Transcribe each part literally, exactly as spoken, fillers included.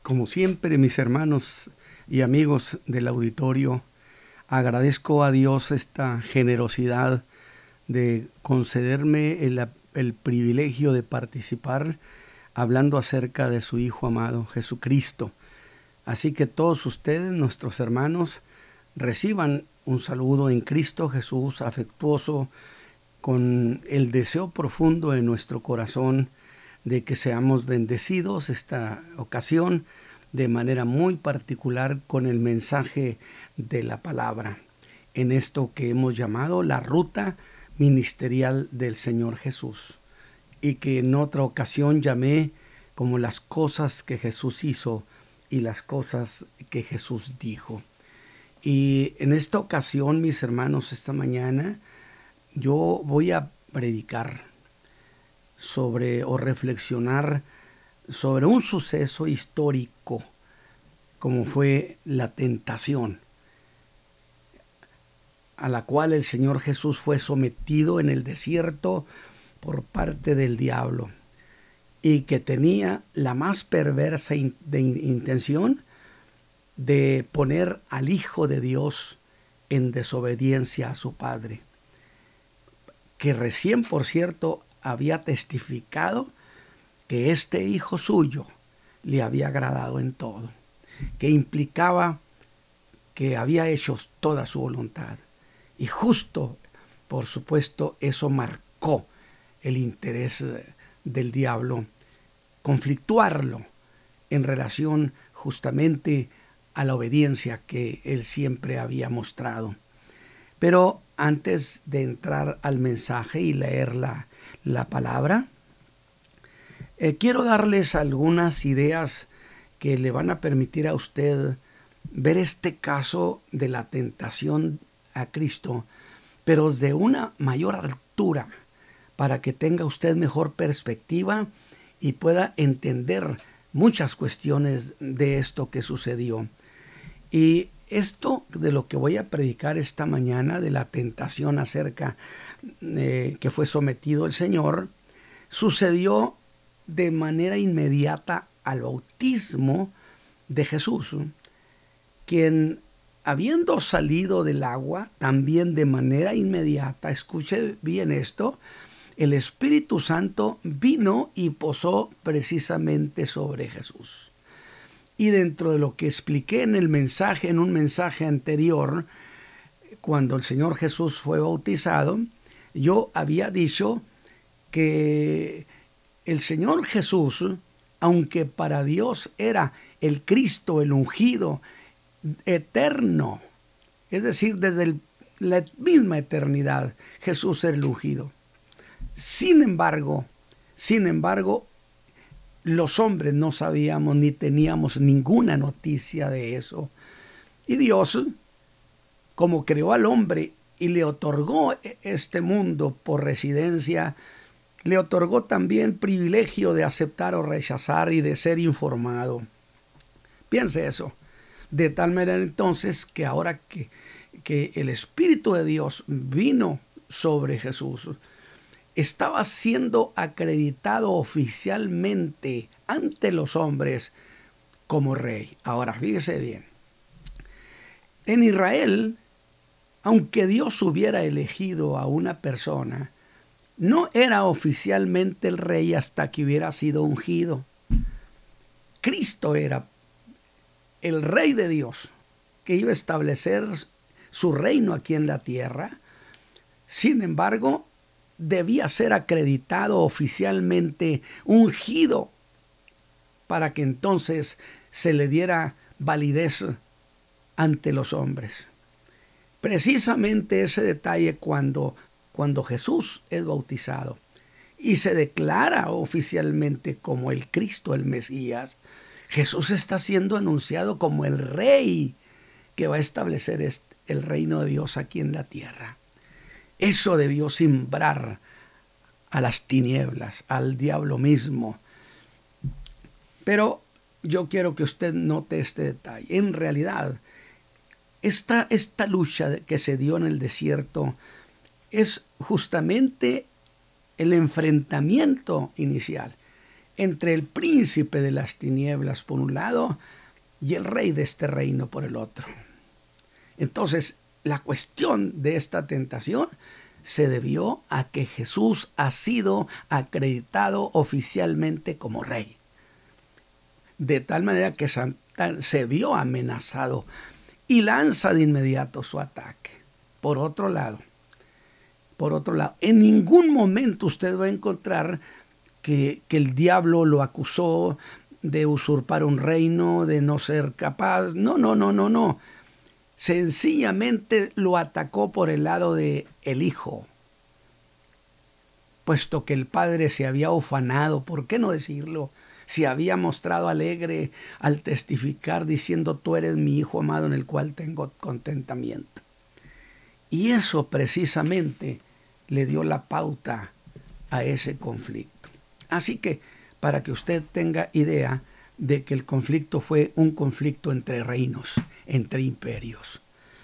Como siempre, mis hermanos y amigos del auditorio, agradezco a Dios esta generosidad de concederme el, el privilegio de participar hablando acerca de su Hijo amado, Jesucristo. Así que todos ustedes, nuestros hermanos, reciban un saludo en Cristo Jesús afectuoso, con el deseo profundo de nuestro corazón de que seamos bendecidos esta ocasión de manera muy particular con el mensaje de la palabra, en esto que hemos llamado la ruta ministerial del Señor Jesús, y que en otra ocasión llamé como las cosas que Jesús hizo y las cosas que Jesús dijo. Y en esta ocasión, mis hermanos, esta mañana yo voy a predicar sobre o reflexionar sobre un suceso histórico como fue la tentación a la cual el Señor Jesús fue sometido en el desierto por parte del diablo, y que tenía la más perversa in- de in- intención de poner al Hijo de Dios en desobediencia a su Padre, que recién, por cierto, había testificado que este Hijo suyo le había agradado en todo, que implicaba que había hecho toda su voluntad. Y justo, por supuesto, eso marcó el interés del diablo, conflictuarlo en relación justamente a la obediencia que él siempre había mostrado. Pero antes de entrar al mensaje y leer la, la palabra, eh, quiero darles algunas ideas que le van a permitir a usted ver este caso de la tentación a Cristo, pero de una mayor altura, para que tenga usted mejor perspectiva y pueda entender muchas cuestiones de esto que sucedió. Y esto de lo que voy a predicar esta mañana, de la tentación acerca eh, que fue sometido el Señor, sucedió de manera inmediata al bautismo de Jesús, quien, habiendo salido del agua, también de manera inmediata, escuche bien esto, el Espíritu Santo vino y posó precisamente sobre Jesús. Y dentro de lo que expliqué en el mensaje, en un mensaje anterior, cuando el Señor Jesús fue bautizado, yo había dicho que el Señor Jesús, aunque para Dios era el Cristo, el ungido, eterno, es decir, desde el, la misma eternidad, Jesús era el ungido. Sin embargo, sin embargo, los hombres no sabíamos ni teníamos ninguna noticia de eso. Y Dios, como creó al hombre y le otorgó este mundo por residencia, le otorgó también privilegio de aceptar o rechazar y de ser informado. Piense eso. De tal manera entonces que ahora que, que el Espíritu de Dios vino sobre Jesús, estaba siendo acreditado oficialmente ante los hombres como rey. Ahora, fíjese bien. En Israel, aunque Dios hubiera elegido a una persona, no era oficialmente el rey hasta que hubiera sido ungido. Cristo era el rey de Dios, que iba a establecer su reino aquí en la tierra. Sin embargo, debía ser acreditado oficialmente, ungido, para que entonces se le diera validez ante los hombres. Precisamente ese detalle cuando, cuando Jesús es bautizado y se declara oficialmente como el Cristo, el Mesías, Jesús está siendo anunciado como el Rey que va a establecer el reino de Dios aquí en la tierra. Eso debió simbrar a las tinieblas, al diablo mismo. Pero yo quiero que usted note este detalle. En realidad, esta, esta lucha que se dio en el desierto es justamente el enfrentamiento inicial entre el príncipe de las tinieblas por un lado y el rey de este reino por el otro. Entonces, la cuestión de esta tentación se debió a que Jesús ha sido acreditado oficialmente como rey. De tal manera que Satán se vio amenazado y lanza de inmediato su ataque. Por otro lado, por otro lado, en ningún momento usted va a encontrar que, que el diablo lo acusó de usurpar un reino, de no ser capaz. No, no, no, no, no. Sencillamente lo atacó por el lado de el Hijo, puesto que el Padre se había ufanado, ¿por qué no decirlo? Se había mostrado alegre al testificar diciendo: tú eres mi Hijo amado en el cual tengo contentamiento. Y eso precisamente le dio la pauta a ese conflicto. Así que, para que usted tenga idea de que el conflicto fue un conflicto entre reinos, entre imperios.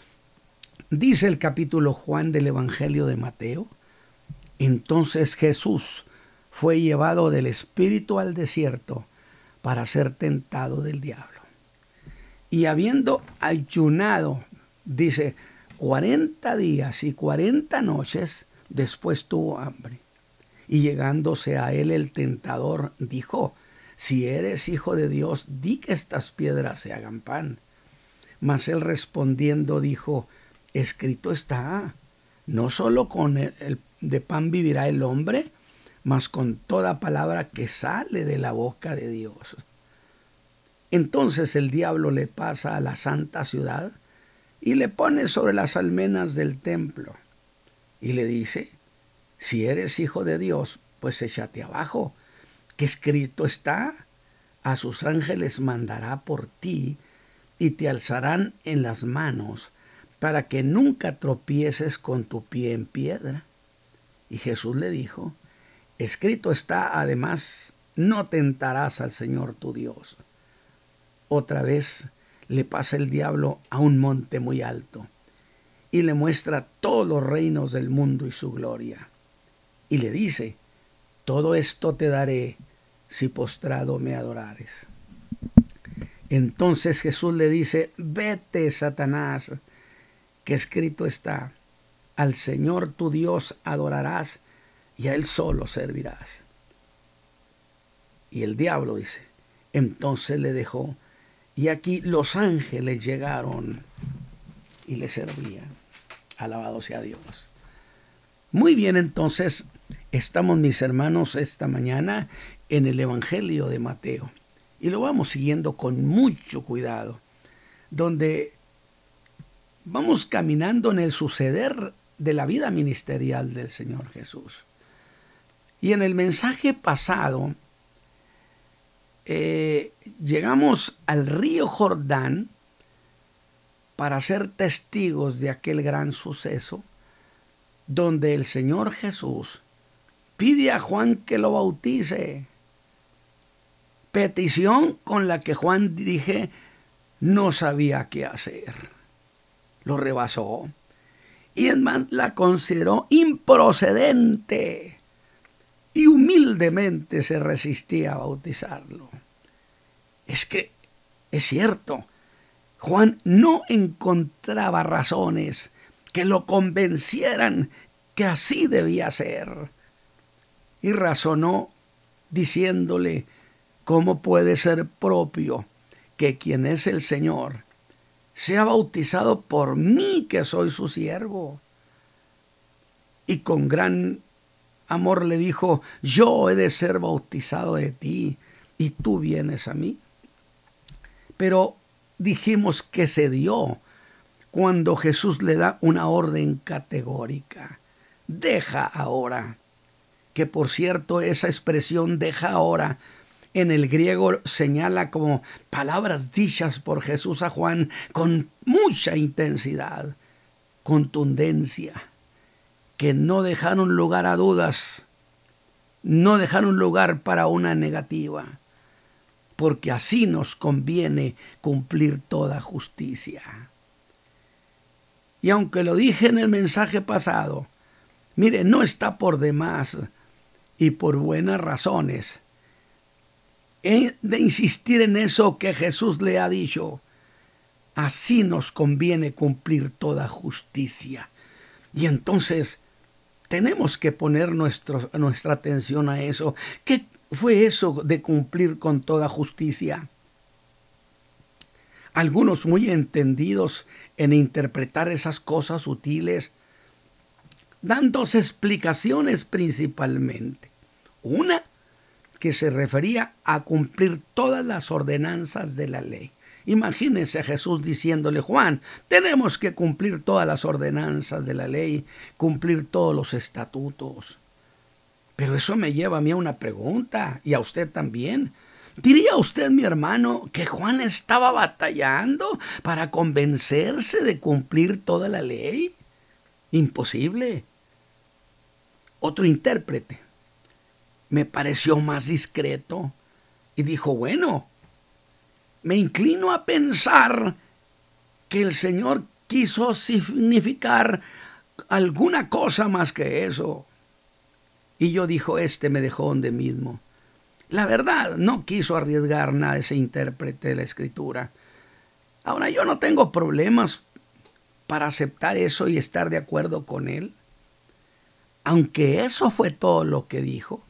Dice el capítulo Juan del Evangelio de Mateo: entonces Jesús fue llevado del Espíritu al desierto para ser tentado del diablo. Y habiendo ayunado, dice, cuarenta días y cuarenta noches, después tuvo hambre. Y llegándose a él el tentador, dijo: si eres hijo de Dios, di que estas piedras se hagan pan. Mas él respondiendo dijo: escrito está, no solo con el, el de pan vivirá el hombre, mas con toda palabra que sale de la boca de Dios. Entonces el diablo le pasa a la santa ciudad y le pone sobre las almenas del templo y le dice: si eres hijo de Dios, pues échate abajo, que escrito está: a sus ángeles mandará por ti y te alzarán en las manos para que nunca tropieces con tu pie en piedra. Y Jesús le dijo: escrito está además, no tentarás al Señor tu Dios. Otra vez le pasa el diablo a un monte muy alto y le muestra todos los reinos del mundo y su gloria. Y le dice: todo esto te daré si postrado me adorares. Entonces Jesús le dice: vete, Satanás, que escrito está: al Señor tu Dios adorarás y a Él solo servirás. Y el diablo dice, entonces le dejó, y aquí los ángeles llegaron y le servían. Alabado sea Dios. Muy bien, entonces estamos, mis hermanos, esta mañana en el Evangelio de Mateo. Y lo vamos siguiendo con mucho cuidado, donde vamos caminando en el suceder de la vida ministerial del Señor Jesús. Y en el mensaje pasado, eh, llegamos al río Jordán para ser testigos de aquel gran suceso, donde el Señor Jesús pide a Juan que lo bautice. Petición con la que Juan, dije, no sabía qué hacer. Lo rebasó. Y es más, la consideró improcedente. Y humildemente se resistía a bautizarlo. Es que, es cierto, Juan no encontraba razones que lo convencieran que así debía ser. Y razonó diciéndole: ¿cómo puede ser propio que quien es el Señor sea bautizado por mí, que soy su siervo? Y con gran amor le dijo: yo he de ser bautizado de ti y tú vienes a mí. Pero dijimos que se dio cuando Jesús le da una orden categórica: deja ahora. Que por cierto, esa expresión deja ahora en el griego señala como palabras dichas por Jesús a Juan con mucha intensidad, contundencia, que no dejaron lugar a dudas, no dejaron lugar para una negativa, porque así nos conviene cumplir toda justicia. Y aunque lo dije en el mensaje pasado, mire, no está por demás y por buenas razones de insistir en eso que Jesús le ha dicho. Así nos conviene cumplir toda justicia. Y entonces tenemos que poner nuestro, nuestra atención a eso. ¿Qué fue eso de cumplir con toda justicia? Algunos muy entendidos en interpretar esas cosas sutiles dan dos explicaciones principalmente. Una, que se refería a cumplir todas las ordenanzas de la ley. Imagínense a Jesús diciéndole: Juan, tenemos que cumplir todas las ordenanzas de la ley, cumplir todos los estatutos. Pero eso me lleva a mí a una pregunta, y a usted también. ¿Diría usted, mi hermano, que Juan estaba batallando para convencerse de cumplir toda la ley? Imposible. Otro intérprete me pareció más discreto y dijo: bueno, me inclino a pensar que el Señor quiso significar alguna cosa más que eso. Y yo, dijo este, me dejó donde mismo. La verdad, no quiso arriesgar nada ese intérprete de la Escritura. Ahora, yo no tengo problemas para aceptar eso y estar de acuerdo con él. Aunque eso fue todo lo que dijo,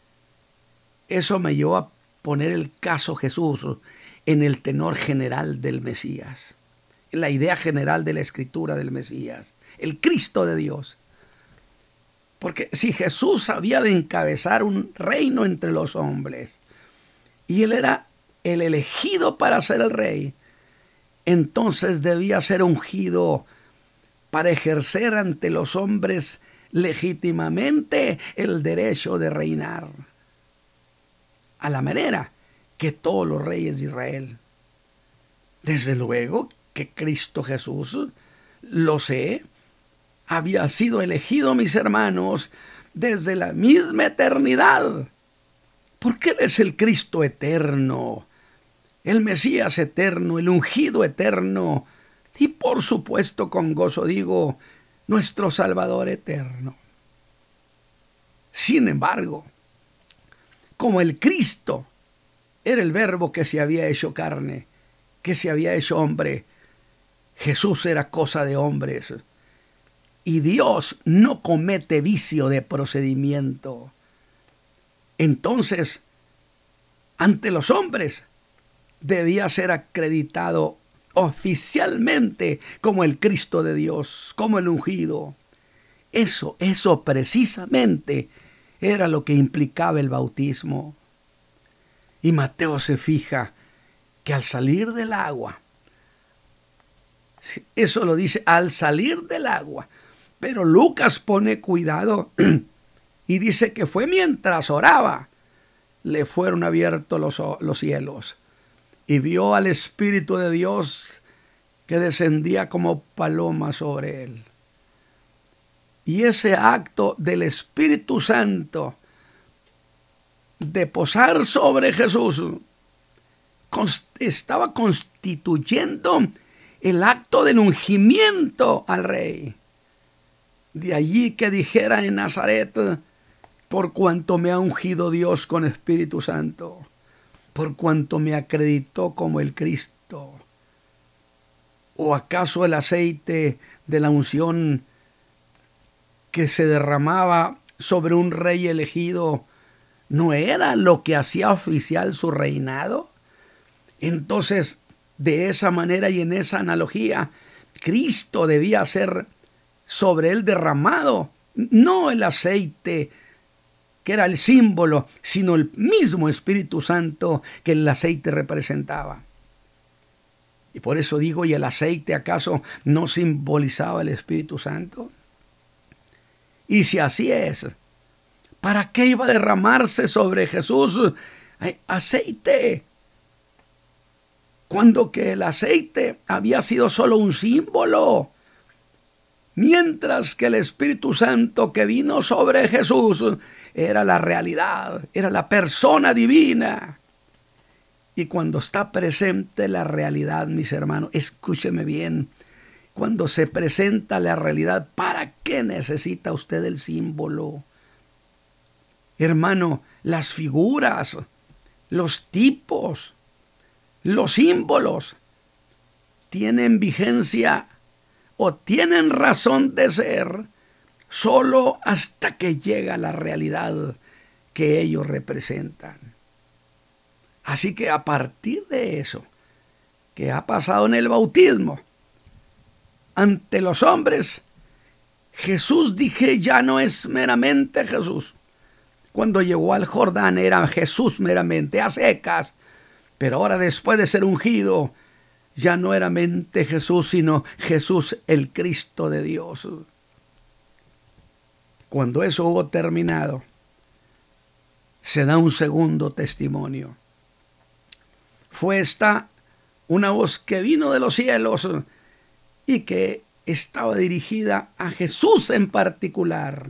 eso me llevó a poner el caso Jesús en el tenor general del Mesías, en la idea general de la Escritura del Mesías, el Cristo de Dios. Porque si Jesús había de encabezar un reino entre los hombres y él era el elegido para ser el rey, entonces debía ser ungido para ejercer ante los hombres legítimamente el derecho de reinar, a la manera que todos los reyes de Israel. Desde luego que Cristo Jesús, lo sé, había sido elegido, mis hermanos, desde la misma eternidad, porque Él es el Cristo eterno, el Mesías eterno, el ungido eterno, y por supuesto con gozo digo, nuestro Salvador eterno. Sin embargo, como el Cristo era el Verbo que se había hecho carne, que se había hecho hombre, Jesús era cosa de hombres. Y Dios no comete vicio de procedimiento. Entonces, ante los hombres, debía ser acreditado oficialmente como el Cristo de Dios, como el ungido. Eso, eso precisamente era lo que implicaba el bautismo. Y Mateo se fija que al salir del agua, eso lo dice, al salir del agua, pero Lucas pone cuidado y dice que fue mientras oraba, le fueron abiertos los, los cielos y vio al Espíritu de Dios que descendía como paloma sobre él. Y ese acto del Espíritu Santo de posar sobre Jesús estaba constituyendo el acto del ungimiento al rey. De allí que dijera en Nazaret: por cuanto me ha ungido Dios con Espíritu Santo, por cuanto me acreditó como el Cristo. ¿O acaso el aceite de la unción que se derramaba sobre un rey elegido no era lo que hacía oficial su reinado? Entonces, de esa manera y en esa analogía, Cristo debía ser sobre él derramado, no el aceite que era el símbolo, sino el mismo Espíritu Santo que el aceite representaba. Y por eso digo, ¿y el aceite acaso no simbolizaba el Espíritu Santo? Y si así es, ¿para qué iba a derramarse sobre Jesús aceite? Cuando que el aceite había sido solo un símbolo, mientras que el Espíritu Santo que vino sobre Jesús era la realidad, era la persona divina. Y cuando está presente la realidad, mis hermanos, escúcheme bien, cuando se presenta la realidad, ¿para qué necesita usted el símbolo? Hermano, las figuras los tipos, los símbolos tienen vigencia o tienen razón de ser solo hasta que llega la realidad que ellos representan. Así que a partir de eso que ha pasado en el bautismo, ante los hombres, Jesús, dije, ya no es meramente Jesús. Cuando llegó al Jordán era Jesús meramente, a secas. Pero ahora, después de ser ungido, ya no era mente Jesús, sino Jesús el Cristo de Dios. Cuando eso hubo terminado, se da un segundo testimonio. Fue esta una voz que vino de los cielos y que estaba dirigida a Jesús en particular.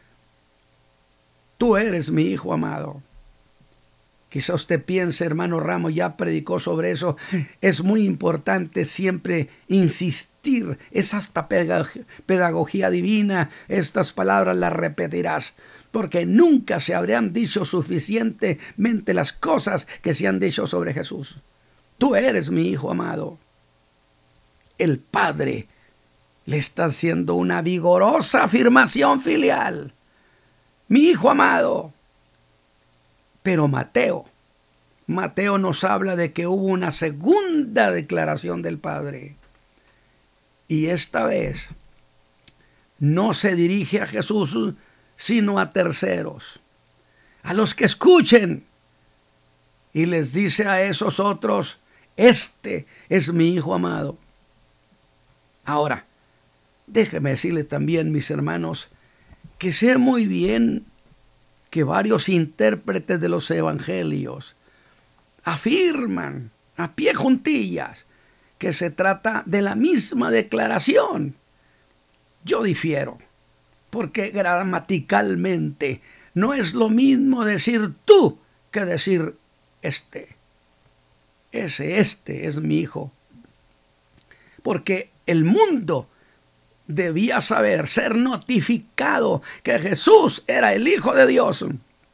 Tú eres mi Hijo amado. Quizá usted piense, hermano Ramos ya predicó sobre eso. Es muy importante siempre insistir. Es hasta pedagogía divina. Estas palabras las repetirás, porque nunca se habrían dicho suficientemente las cosas que se han dicho sobre Jesús. Tú eres mi Hijo amado. El Padre le está haciendo una vigorosa afirmación filial. Mi Hijo amado. Pero Mateo, Mateo nos habla de que hubo una segunda declaración del Padre. Y esta vez no se dirige a Jesús, sino a terceros, a los que escuchen. Y les dice a esos otros, este es mi Hijo amado. Ahora, déjeme decirle también, mis hermanos, que sé muy bien que varios intérpretes de los evangelios afirman a pie juntillas que se trata de la misma declaración. Yo difiero, porque gramaticalmente no es lo mismo decir tú que decir este. Ese este es mi Hijo. Porque el mundo debía saber, ser notificado que Jesús era el Hijo de Dios.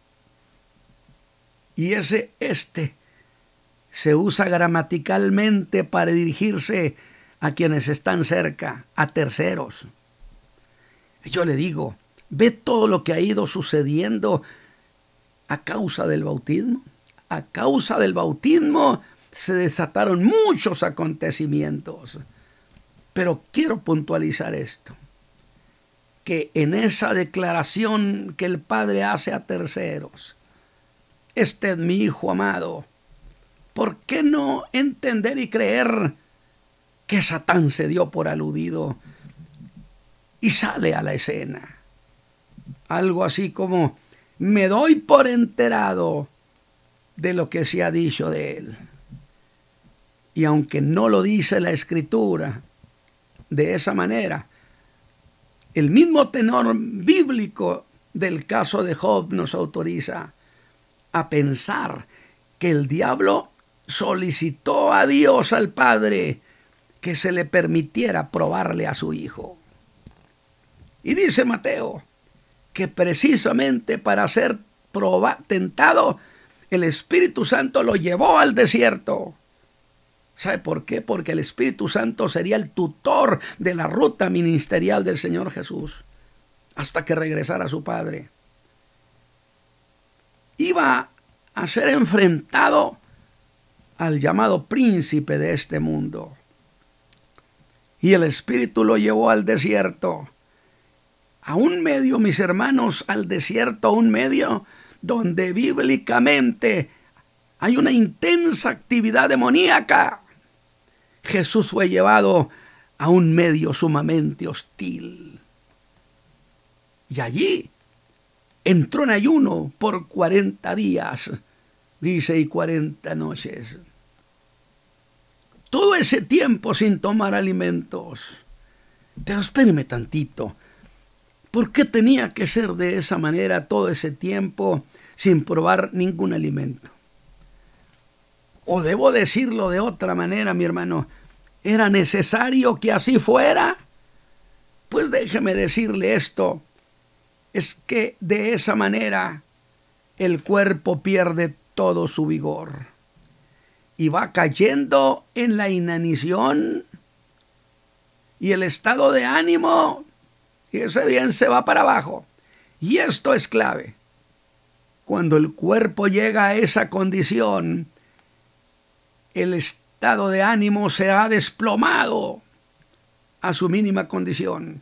Y ese este se usa gramaticalmente para dirigirse a quienes están cerca, a terceros. Yo le digo, ve todo lo que ha ido sucediendo a causa del bautismo. A causa del bautismo se desataron muchos acontecimientos. Pero quiero puntualizar esto, que en esa declaración que el Padre hace a terceros, este es mi Hijo amado, ¿por qué no entender y creer que Satán se dio por aludido y sale a la escena? Algo así como, me doy por enterado de lo que se ha dicho de él. Y aunque no lo dice la Escritura de esa manera, el mismo tenor bíblico del caso de Job nos autoriza a pensar que el diablo solicitó a Dios, al Padre, que se le permitiera probarle a su Hijo. Y dice Mateo que precisamente para ser proba- tentado, el Espíritu Santo lo llevó al desierto. ¿Sabe por qué? Porque el Espíritu Santo sería el tutor de la ruta ministerial del Señor Jesús hasta que regresara a su Padre. Iba a ser enfrentado al llamado príncipe de este mundo. Y el Espíritu lo llevó al desierto. A un medio, mis hermanos, al desierto, a un medio donde bíblicamente hay una intensa actividad demoníaca. Jesús fue llevado a un medio sumamente hostil. Y allí entró en ayuno por cuarenta días, dice, y cuarenta noches. Todo ese tiempo sin tomar alimentos. Pero espéreme tantito. ¿Por qué tenía que ser de esa manera todo ese tiempo sin probar ningún alimento? O debo decirlo de otra manera, mi hermano, ¿era necesario que así fuera? Pues déjeme decirle esto, es que de esa manera el cuerpo pierde todo su vigor y va cayendo en la inanición y el estado de ánimo, fíjese bien, se va para abajo. Y esto es clave. Cuando el cuerpo llega a esa condición, el estado de ánimo se ha desplomado a su mínima condición.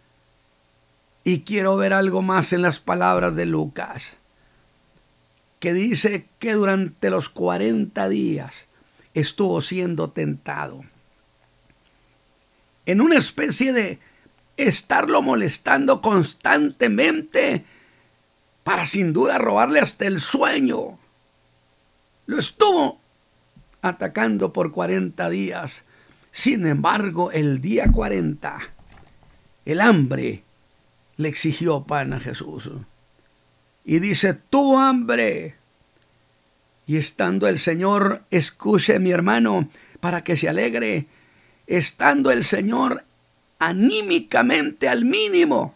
Y quiero ver algo más en las palabras de Lucas, que dice que durante los cuarenta días estuvo siendo tentado, en una especie de estarlo molestando constantemente para sin duda robarle hasta el sueño. Lo estuvo atacando por cuarenta días. Sin embargo, el día cuarenta, el hambre le exigió pan a Jesús. Y dice, tuvo hambre. Y estando el Señor, escuche mi hermano, para que se alegre, estando el Señor anímicamente al mínimo,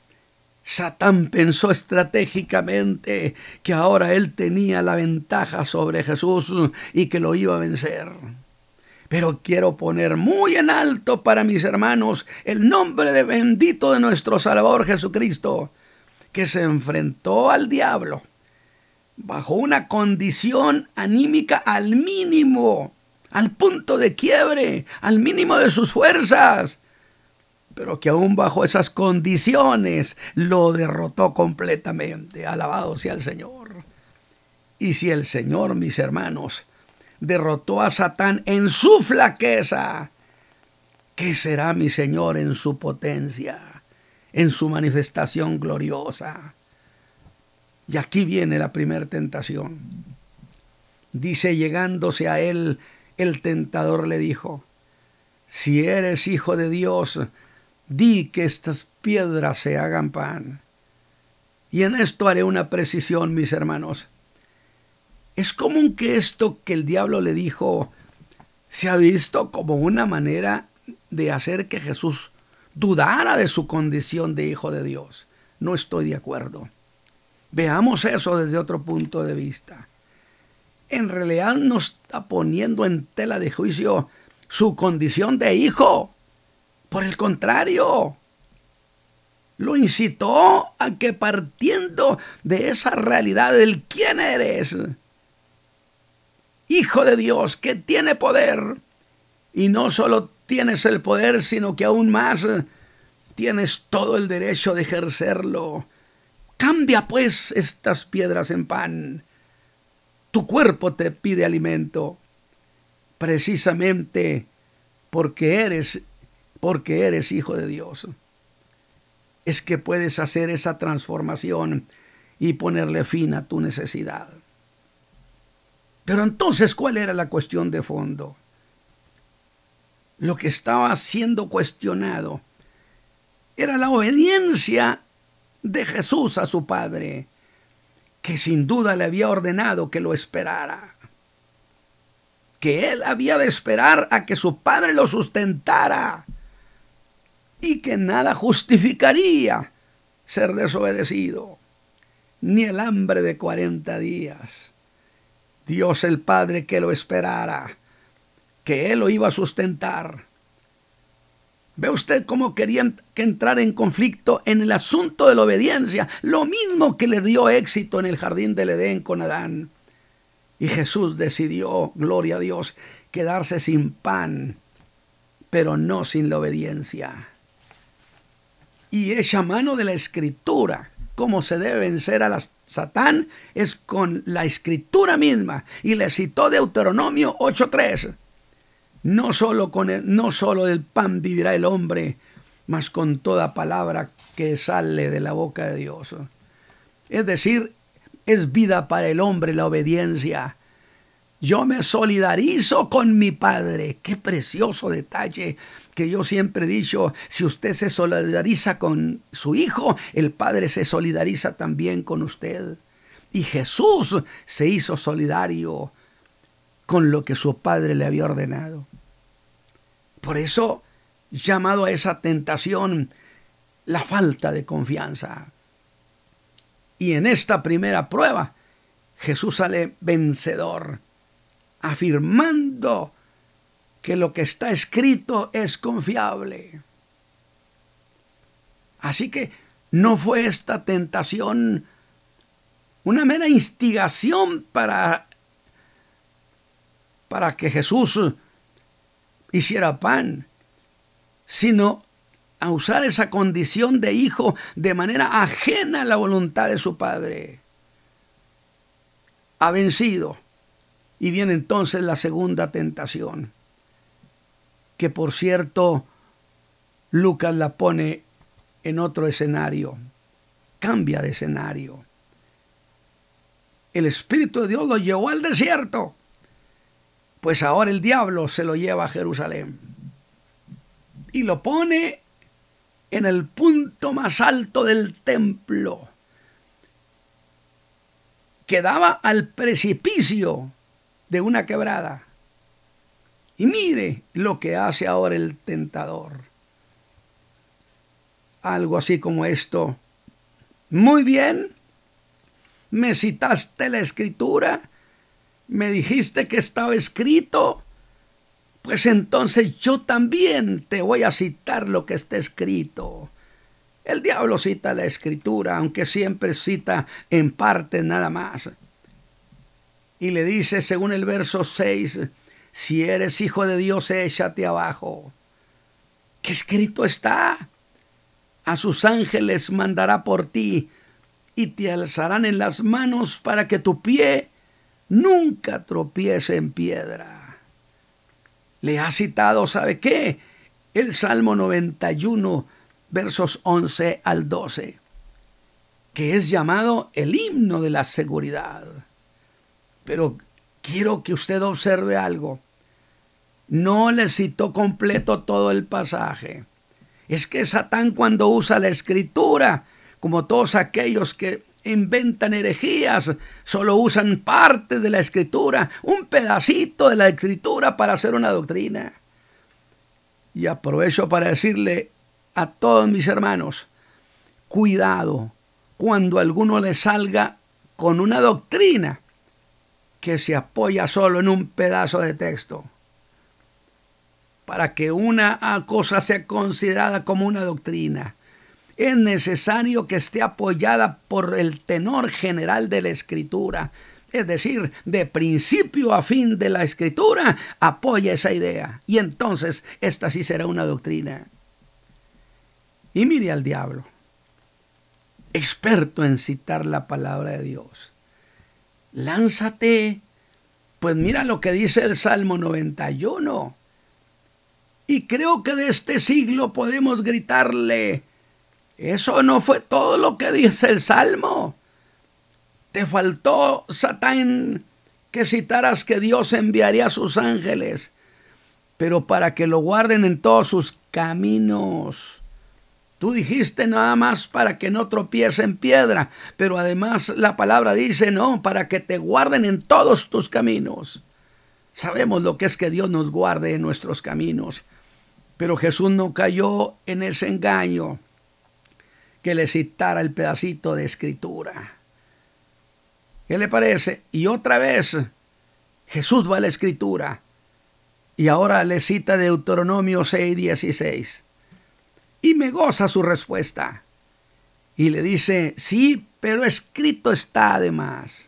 Satán pensó estratégicamente que ahora él tenía la ventaja sobre Jesús y que lo iba a vencer. Pero quiero poner muy en alto para mis hermanos el nombre de bendito de nuestro Salvador Jesucristo, que se enfrentó al diablo bajo una condición anímica al mínimo, al punto de quiebre, al mínimo de sus fuerzas, pero que aún bajo esas condiciones lo derrotó completamente. Alabado sea el Señor. Y si el Señor, mis hermanos, derrotó a Satán en su flaqueza, ¿qué será mi Señor en su potencia, en su manifestación gloriosa? Y aquí viene la primera tentación. Dice, llegándose a él, el tentador le dijo, si eres hijo de Dios, di que estas piedras se hagan pan. Y en esto haré una precisión, mis hermanos. Es común que esto que el diablo le dijo se ha visto como una manera de hacer que Jesús dudara de su condición de hijo de Dios. No estoy de acuerdo. Veamos eso desde otro punto de vista. En realidad no está poniendo en tela de juicio su condición de hijo. Por el contrario, lo incitó a que, partiendo de esa realidad del quién eres, hijo de Dios, que tiene poder, y no solo tienes el poder, sino que aún más tienes todo el derecho de ejercerlo. Cambia pues estas piedras en pan. Tu cuerpo te pide alimento, precisamente porque eres, porque eres hijo de Dios. Es que puedes hacer esa transformación y ponerle fin a tu necesidad. Pero entonces, ¿cuál era la cuestión de fondo? Lo que estaba siendo cuestionado era la obediencia de Jesús a su Padre, que sin duda le había ordenado que lo esperara, que él había de esperar a que su Padre lo sustentara y que nada justificaría ser desobedecido, ni el hambre de cuarenta días. Dios el Padre que lo esperara, que él lo iba a sustentar. ¿Ve usted cómo querían que entrar en conflicto en el asunto de la obediencia? Lo mismo que le dio éxito en el jardín del Edén con Adán. Y Jesús decidió, gloria a Dios, quedarse sin pan, pero no sin la obediencia. Y echa mano de la Escritura. Cómo se debe vencer a la Satán es con la Escritura misma. Y le citó Deuteronomio ocho tres. No solo, con el, no solo del pan vivirá el hombre, mas con toda palabra que sale de la boca de Dios. Es decir, es vida para el hombre la obediencia. Yo me solidarizo con mi Padre. Qué precioso detalle que yo siempre he dicho. Si usted se solidariza con su Hijo, el Padre se solidariza también con usted. Y Jesús se hizo solidario con lo que su Padre le había ordenado. Por eso, llamado a esa tentación, la falta de confianza. Y en esta primera prueba, Jesús sale vencedor, afirmando que lo que está escrito es confiable. Así que no fue esta tentación una mera instigación para, para que Jesús hiciera pan, sino a usar esa condición de hijo de manera ajena a la voluntad de su padre. Ha vencido. Y viene entonces la segunda tentación, que por cierto Lucas la pone en otro escenario, cambia de escenario. El Espíritu de Dios lo llevó al desierto, pues ahora el diablo se lo lleva a Jerusalén y lo pone en el punto más alto del templo, que daba al precipicio de una quebrada. Y mire lo que hace ahora el tentador. Algo así como esto: muy bien, me citaste la escritura, me dijiste que estaba escrito, pues entonces yo también te voy a citar lo que está escrito. El diablo cita la escritura, aunque siempre cita en parte nada más. Y le dice, según el verso seis, si eres hijo de Dios, échate abajo. ¿Qué escrito está? A sus ángeles mandará por ti y te alzarán en las manos para que tu pie nunca tropiece en piedra. Le ha citado, ¿sabe qué? El Salmo noventa y uno, versos once al doce, que es llamado el himno de la seguridad. Pero quiero que usted observe algo. No le citó completo todo el pasaje. Es que Satán, cuando usa la escritura, como todos aquellos que inventan herejías, solo usan parte de la escritura, un pedacito de la escritura para hacer una doctrina. Y aprovecho para decirle a todos mis hermanos, cuidado cuando alguno le salga con una doctrina que se apoya solo en un pedazo de texto. Para que una cosa sea considerada como una doctrina, es necesario que esté apoyada por el tenor general de la escritura. Es decir, de principio a fin de la escritura, apoya esa idea. Y entonces esta sí será una doctrina. Y mire al diablo, experto en citar la palabra de Dios. Lánzate, pues mira lo que dice el Salmo noventa y uno. Y creo que de este siglo podemos gritarle, eso no fue todo lo que dice el Salmo. Te faltó, Satán, que citaras que Dios enviaría a sus ángeles, pero para que lo guarden en todos sus caminos. Tú dijiste nada más para que no tropiece en piedra, pero además la palabra dice, no, para que te guarden en todos tus caminos. Sabemos lo que es que Dios nos guarde en nuestros caminos, pero Jesús no cayó en ese engaño que le citara el pedacito de escritura. ¿Qué le parece? Y otra vez Jesús va a la escritura y ahora le cita Deuteronomio seis dieciséis. Y me goza su respuesta. Y le dice, sí, pero escrito está además.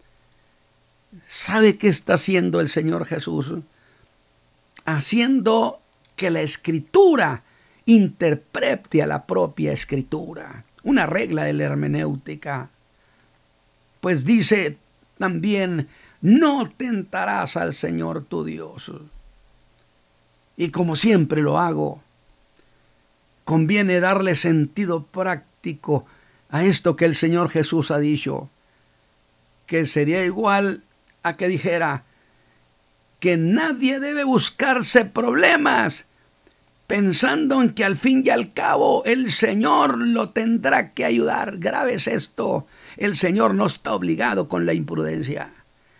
¿Sabe qué está haciendo el Señor Jesús? Haciendo que la escritura interprete a la propia escritura. Una regla de la hermenéutica. Pues dice también, no tentarás al Señor tu Dios. Y como siempre lo hago, conviene darle sentido práctico a esto que el Señor Jesús ha dicho, que sería igual a que dijera que nadie debe buscarse problemas pensando en que al fin y al cabo el Señor lo tendrá que ayudar. Grave es esto, el Señor no está obligado con la imprudencia.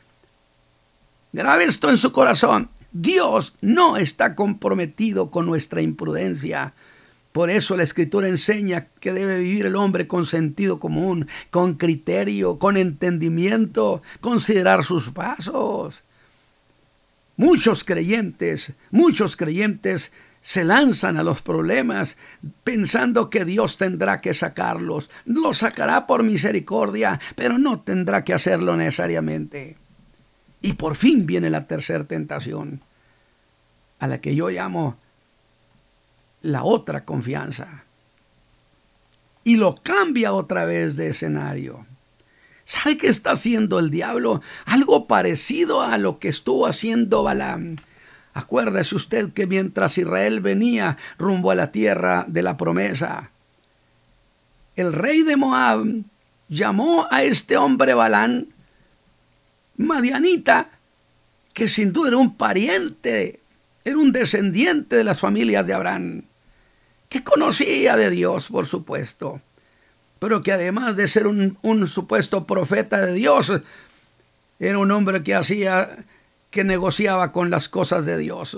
Grave esto en su corazón, Dios no está comprometido con nuestra imprudencia. Por eso la Escritura enseña que debe vivir el hombre con sentido común, con criterio, con entendimiento, considerar sus pasos. Muchos creyentes, muchos creyentes se lanzan a los problemas pensando que Dios tendrá que sacarlos. Los sacará por misericordia, pero no tendrá que hacerlo necesariamente. Y por fin viene la tercera tentación, a la que yo llamo la otra confianza. Y lo cambia otra vez de escenario. ¿Sabe qué está haciendo el diablo? Algo parecido a lo que estuvo haciendo Balaam. Acuérdese usted que mientras Israel venía rumbo a la tierra de la promesa, el rey de Moab llamó a este hombre Balaam madianita, que sin duda era un pariente, era un descendiente de las familias de Abraham, que conocía de Dios, por supuesto, pero que además de ser un, un supuesto profeta de Dios, era un hombre que hacía, que negociaba con las cosas de Dios,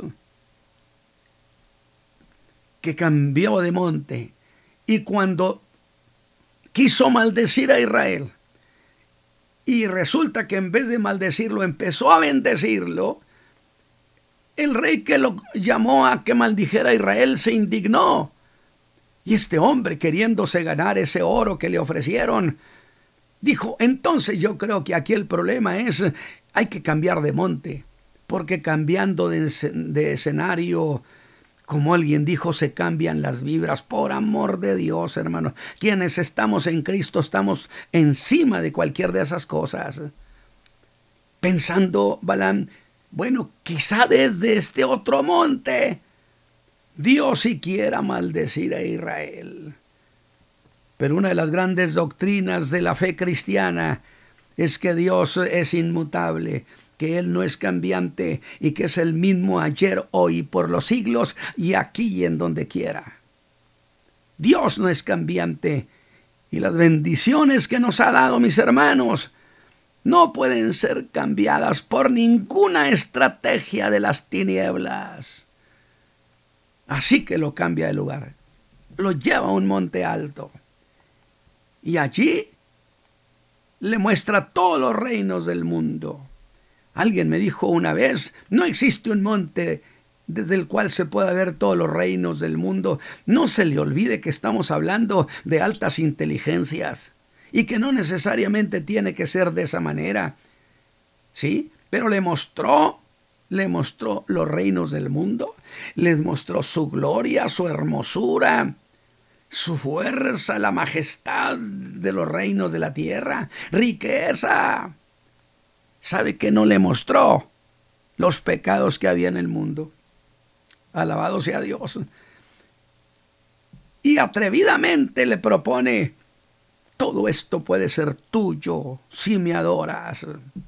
que cambió de monte. Y cuando quiso maldecir a Israel, y resulta que en vez de maldecirlo empezó a bendecirlo, el rey que lo llamó a que maldijera a Israel se indignó. Y este hombre, queriéndose ganar ese oro que le ofrecieron, dijo: entonces yo creo que aquí el problema es, hay que cambiar de monte, porque cambiando de, de escenario, como alguien dijo, se cambian las vibras. Por amor de Dios, hermanos, quienes estamos en Cristo estamos encima de cualquier de esas cosas. Pensando Balaam, bueno, quizá desde este otro monte Dios si quiera maldecir a Israel. Pero una de las grandes doctrinas de la fe cristiana es que Dios es inmutable, que Él no es cambiante y que es el mismo ayer, hoy y por los siglos, y aquí y en donde quiera. Dios no es cambiante, y las bendiciones que nos ha dado, mis hermanos, no pueden ser cambiadas por ninguna estrategia de las tinieblas. Así que lo cambia de lugar, lo lleva a un monte alto, y allí le muestra todos los reinos del mundo. Alguien me dijo una vez: no existe un monte desde el cual se pueda ver todos los reinos del mundo. No se le olvide que estamos hablando de altas inteligencias y que no necesariamente tiene que ser de esa manera, ¿sí? Pero le mostró, le mostró los reinos del mundo, les mostró su gloria, su hermosura, su fuerza, la majestad de los reinos de la tierra, riqueza. ¿Sabe qué no le mostró? Los pecados que había en el mundo. Alabado sea Dios. Y atrevidamente le propone: todo esto puede ser tuyo si me adoras.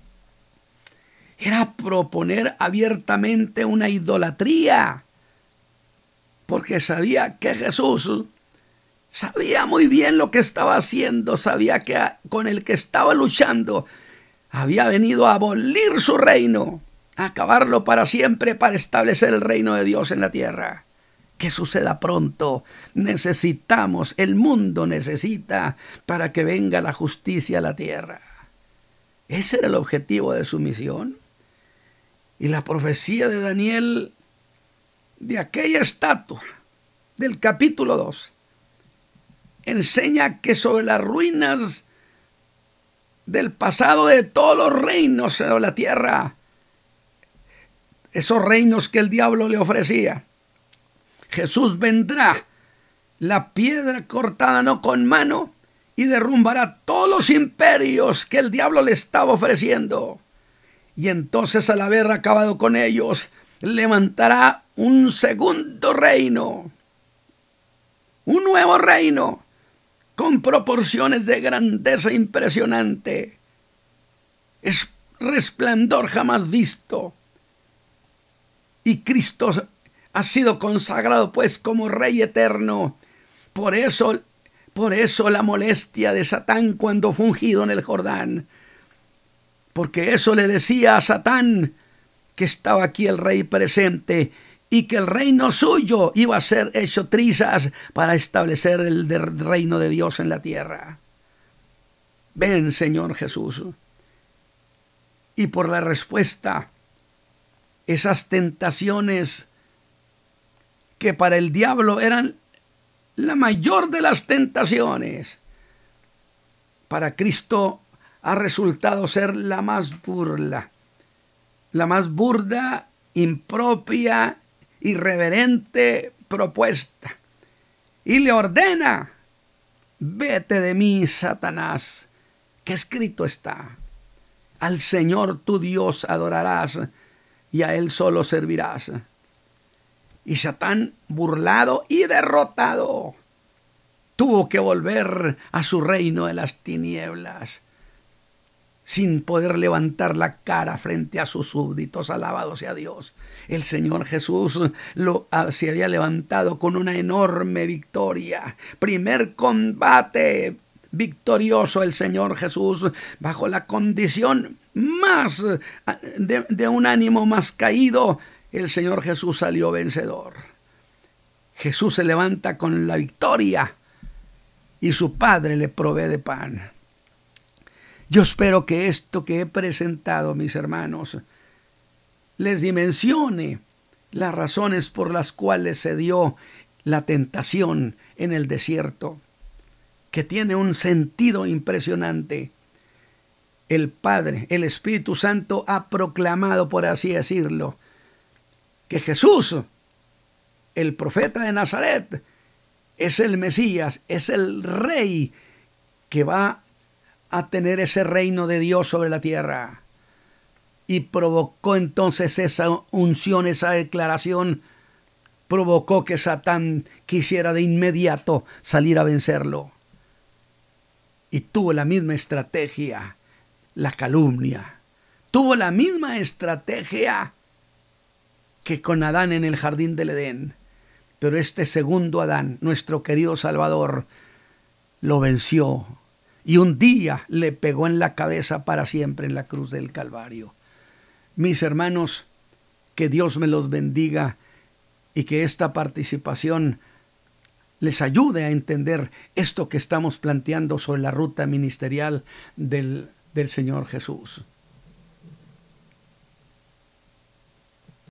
Era proponer abiertamente una idolatría, porque sabía que Jesús sabía muy bien lo que estaba haciendo, sabía que con el que estaba luchando había venido a abolir su reino, a acabarlo para siempre, para establecer el reino de Dios en la tierra. Que suceda pronto. Necesitamos, el mundo necesita, para que venga la justicia a la tierra. Ese era el objetivo de su misión. Y la profecía de Daniel, de aquella estatua, del capítulo dos, enseña que sobre las ruinas del pasado de todos los reinos de la tierra, esos reinos que el diablo le ofrecía, Jesús vendrá, la piedra cortada no con mano, y derrumbará todos los imperios que el diablo le estaba ofreciendo. Y entonces, al haber acabado con ellos, levantará un segundo reino, un nuevo reino, con proporciones de grandeza impresionante. Es resplandor jamás visto. Y Cristo ha sido consagrado pues como Rey eterno. Por eso, por eso la molestia de Satán cuando fue ungido en el Jordán. Porque eso le decía a Satán que estaba aquí el Rey presente y que el reino suyo iba a ser hecho trizas para establecer el reino de Dios en la tierra. Ven, Señor Jesús. Y por la respuesta, esas tentaciones que para el diablo eran la mayor de las tentaciones, para Cristo ha resultado ser la más burla, la más burda, impropia, irreverente propuesta. Y le ordena: vete de mí, Satanás, que escrito está: al Señor tu Dios adorarás y a Él solo servirás. Y Satán, burlado y derrotado, tuvo que volver a su reino de las tinieblas, sin poder levantar la cara frente a sus súbditos. Alabado sea Dios. El Señor Jesús lo, se había levantado con una enorme victoria. Primer combate victorioso el Señor Jesús, bajo la condición más de, de un ánimo más caído. El Señor Jesús salió vencedor. Jesús se levanta con la victoria y su Padre le provee de pan. Yo espero que esto que he presentado, mis hermanos, les dimensione las razones por las cuales se dio la tentación en el desierto, que tiene un sentido impresionante. El Padre, el Espíritu Santo ha proclamado, por así decirlo, que Jesús, el profeta de Nazaret, es el Mesías, es el Rey que va a tener ese reino de Dios sobre la tierra. Y provocó entonces esa unción, esa declaración, provocó que Satán quisiera de inmediato salir a vencerlo. Y tuvo la misma estrategia, la calumnia. Tuvo la misma estrategia que con Adán en el jardín del Edén. Pero este segundo Adán, nuestro querido Salvador, lo venció. Y un día le pegó en la cabeza para siempre en la cruz del Calvario. Mis hermanos, que Dios me los bendiga y que esta participación les ayude a entender esto que estamos planteando sobre la ruta ministerial del, del Señor Jesús.